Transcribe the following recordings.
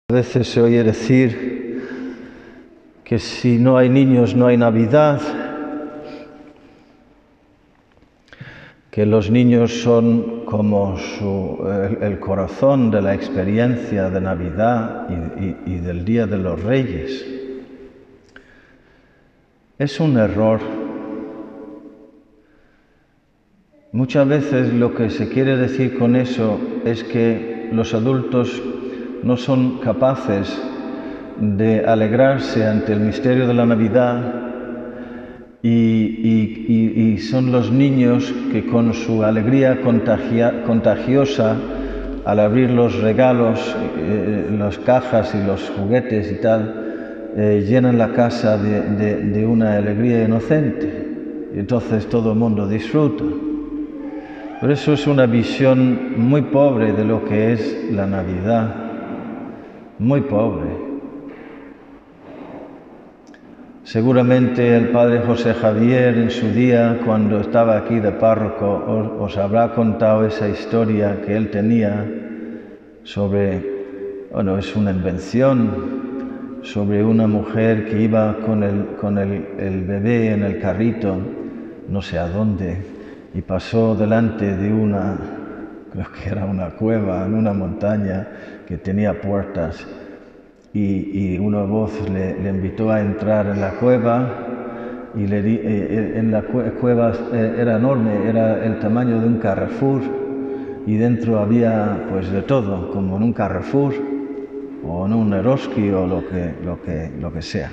A veces se oye decir que si no hay niños no hay Navidad, que los niños son como el corazón de la experiencia de Navidad y del Día de los Reyes. Es un error. Muchas veces lo que se quiere decir con eso es que los adultos no son capaces de alegrarse ante el misterio de la Navidad y son los niños que con su alegría contagiosa al abrir los regalos, las cajas y los juguetes y tal, llenan la casa de una alegría inocente y entonces todo el mundo disfruta. Pero eso es una visión muy pobre de lo que es la Navidad, muy pobre. Seguramente el padre José Javier en su día, cuando estaba aquí de párroco, os habrá contado esa historia que él tenía sobre, bueno, es una invención, sobre una mujer que iba con el bebé en el carrito, no sé a dónde, y pasó delante de creo que era una cueva en una montaña que tenía puertas. Y una voz le invitó a entrar en la cueva y en la cueva era enorme, era el tamaño de un Carrefour y dentro había pues de todo, como en un Carrefour o en un Eroski o lo que sea.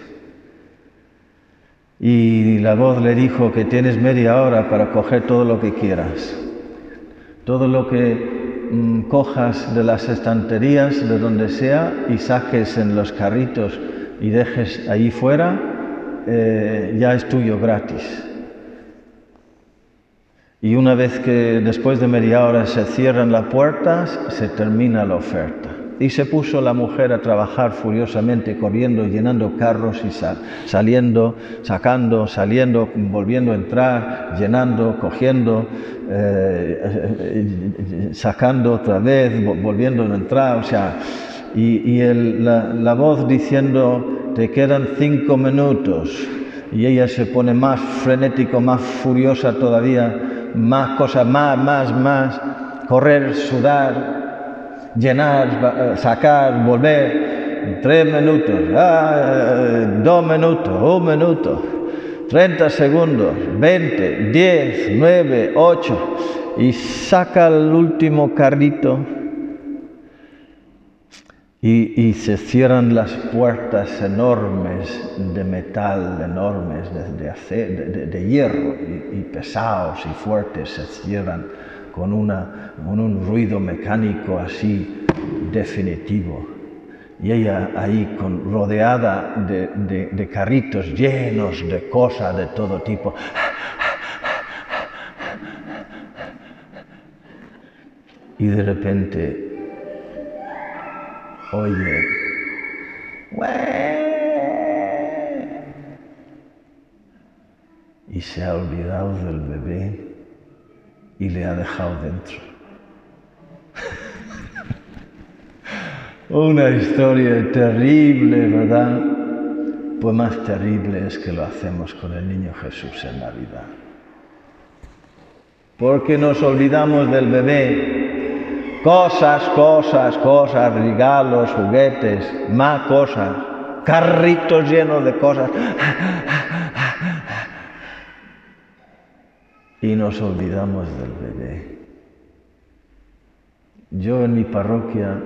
Y la voz le dijo que tienes media hora para coger todo lo que quieras, todo lo que cojas de las estanterías, de donde sea, y saques en los carritos y dejes ahí fuera, ya es tuyo gratis. Y una vez que después de media hora se cierran las puertas, se termina la oferta. Y se puso la mujer a trabajar furiosamente, corriendo, llenando carros y saliendo, sacando, saliendo, volviendo a entrar, llenando, cogiendo, sacando otra vez, volviendo a entrar, o sea, la voz diciendo, te quedan 5 minutos, y ella se pone más frenético, más furiosa todavía, más cosas, más, correr, sudar, llenar, sacar, volver, 3 minutos, 2 minutos, 1 minuto, 30 segundos, 20, 10, 9, 8, y saca el último carrito y se cierran las puertas enormes de metal, enormes de hierro y pesados y fuertes, se cierran con un ruido mecánico así definitivo. Y ella ahí rodeada de carritos llenos de cosas de todo tipo. Y de repente oye, y se ha olvidado del bebé y le ha dejado dentro. Una historia terrible, ¿verdad? Pues más terrible es que lo hacemos con el niño Jesús en Navidad. Porque nos olvidamos del bebé. Cosas, regalos, juguetes, más cosas, carritos llenos de cosas. Y nos olvidamos del bebé. Yo en mi parroquia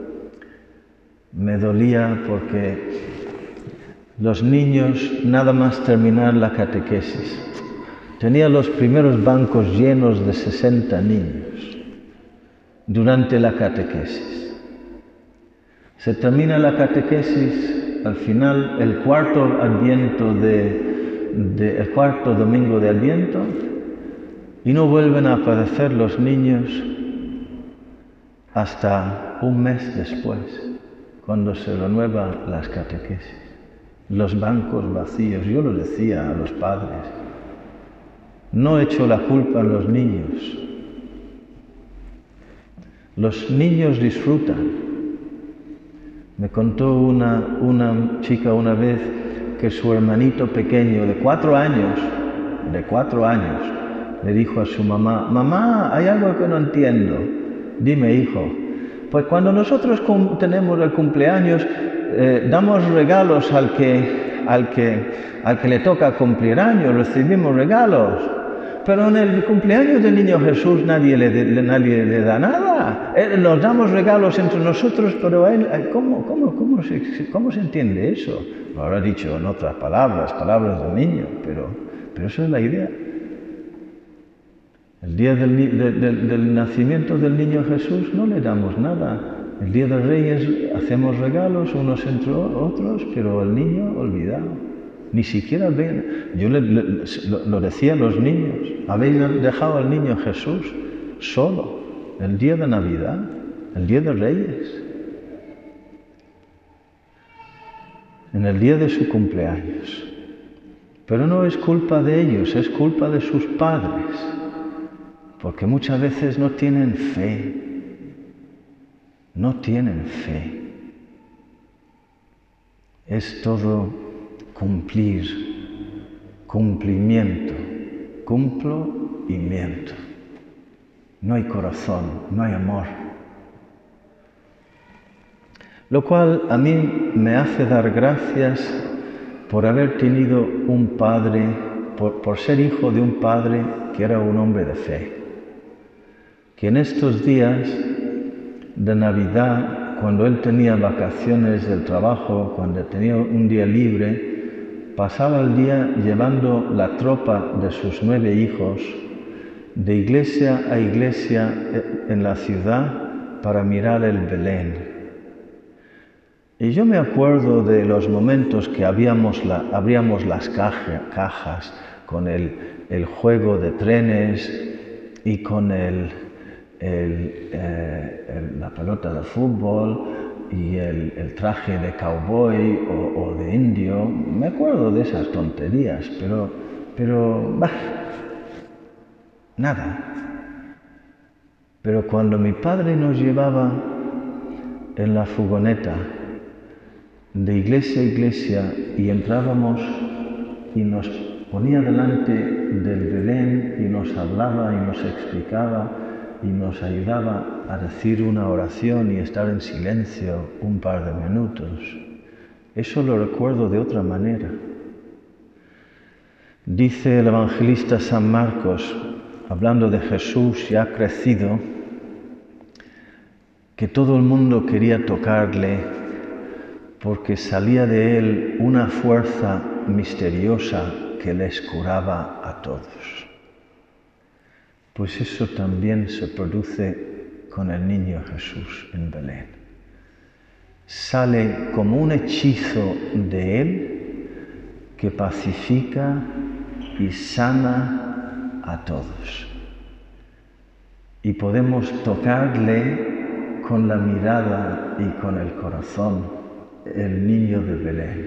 me dolía porque los niños, nada más terminar la catequesis, tenía los primeros bancos llenos de 60 niños. Durante la catequesis. Se termina la catequesis, al final el cuarto domingo de Adviento, y no vuelven a aparecer los niños hasta un mes después, cuando se renuevan las catequesis. Los bancos vacíos. Yo lo decía a los padres, no echo la culpa a los niños. Los niños disfrutan. Me contó una chica una vez que su hermanito pequeño de 4 años, le dijo a su mamá: mamá, hay algo que no entiendo. Dime, hijo. Pues cuando nosotros tenemos el cumpleaños, damos regalos al que le toca cumplir años, recibimos regalos. Pero en el cumpleaños del niño Jesús nadie le da nada. Nos damos regalos entre nosotros, pero a él, ¿cómo se entiende eso? Lo habrá dicho en otras palabras del niño, pero esa es la idea. El día del nacimiento del niño Jesús no le damos nada. El día de Reyes hacemos regalos unos entre otros, pero el niño olvidado. Ni siquiera ven. Yo lo decía a los niños: habéis dejado al niño Jesús solo el día de Navidad, el día de Reyes, en el día de su cumpleaños. Pero no es culpa de ellos, es culpa de sus padres, porque muchas veces no tienen fe. No tienen fe. Es todo cumplir, cumplimiento, cumplo y miento. No hay corazón, no hay amor. Lo cual a mí me hace dar gracias por haber tenido un padre, por ser hijo de un padre que era un hombre de fe, que en estos días de Navidad, cuando él tenía vacaciones del trabajo, cuando tenía un día libre, pasaba el día llevando la tropa de sus 9 hijos de iglesia a iglesia en la ciudad para mirar el Belén. Y yo me acuerdo de los momentos que abríamos las cajas con el juego de trenes y con la pelota de fútbol y el traje de cowboy o de indio. Me acuerdo de esas tonterías, pero nada. Pero cuando mi padre nos llevaba en la furgoneta de iglesia a iglesia y entrábamos y nos ponía delante del Belén y nos hablaba y nos explicaba y nos ayudaba a decir una oración y estar en silencio un par de minutos, eso lo recuerdo de otra manera. Dice el evangelista San Marcos, hablando de Jesús ya crecido, que todo el mundo quería tocarle porque salía de él una fuerza misteriosa que les curaba a todos. Pues eso también se produce con el niño Jesús en Belén. Sale como un hechizo de él que pacifica y sana a todos. Y podemos tocarle con la mirada y con el corazón, el niño de Belén.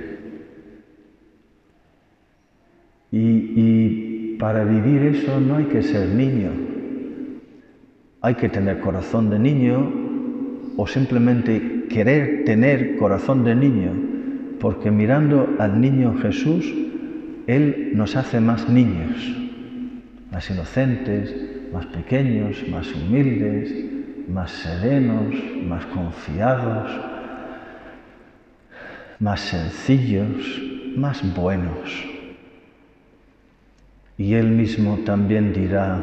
Y para vivir eso no hay que ser niño. Hay que tener corazón de niño o simplemente querer tener corazón de niño, porque mirando al niño Jesús, Él nos hace más niños, más inocentes, más pequeños, más humildes, más serenos, más confiados, más sencillos, más buenos. Y Él mismo también dirá: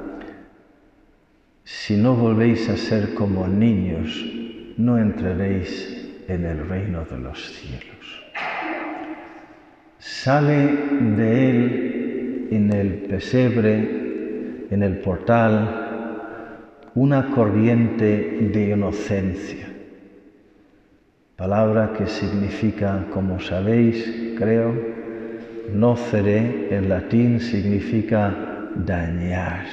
si no volvéis a ser como niños, no entraréis en el reino de los cielos. Sale de Él en el pesebre, en el portal, una corriente de inocencia. Palabra que significa, como sabéis, creo, nocere en latín significa dañar.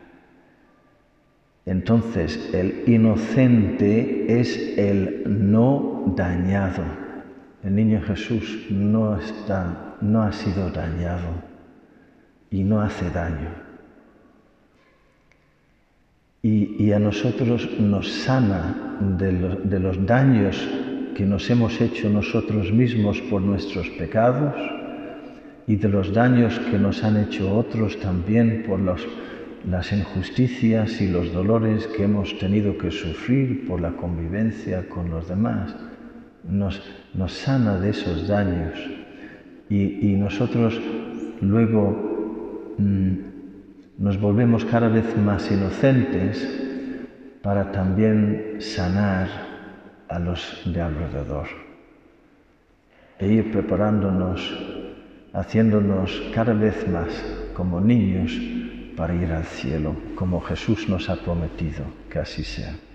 Entonces, el inocente es el no dañado. El niño Jesús no ha sido dañado y no hace daño. Y a nosotros nos sana de los daños que nos hemos hecho nosotros mismos por nuestros pecados y de los daños que nos han hecho otros también por las injusticias y los dolores que hemos tenido que sufrir por la convivencia con los demás. Nos sana de esos daños y nosotros luego nos volvemos cada vez más inocentes para también sanar a los de alrededor e ir preparándonos, haciéndonos cada vez más como niños para ir al cielo, como Jesús nos ha prometido que así sea.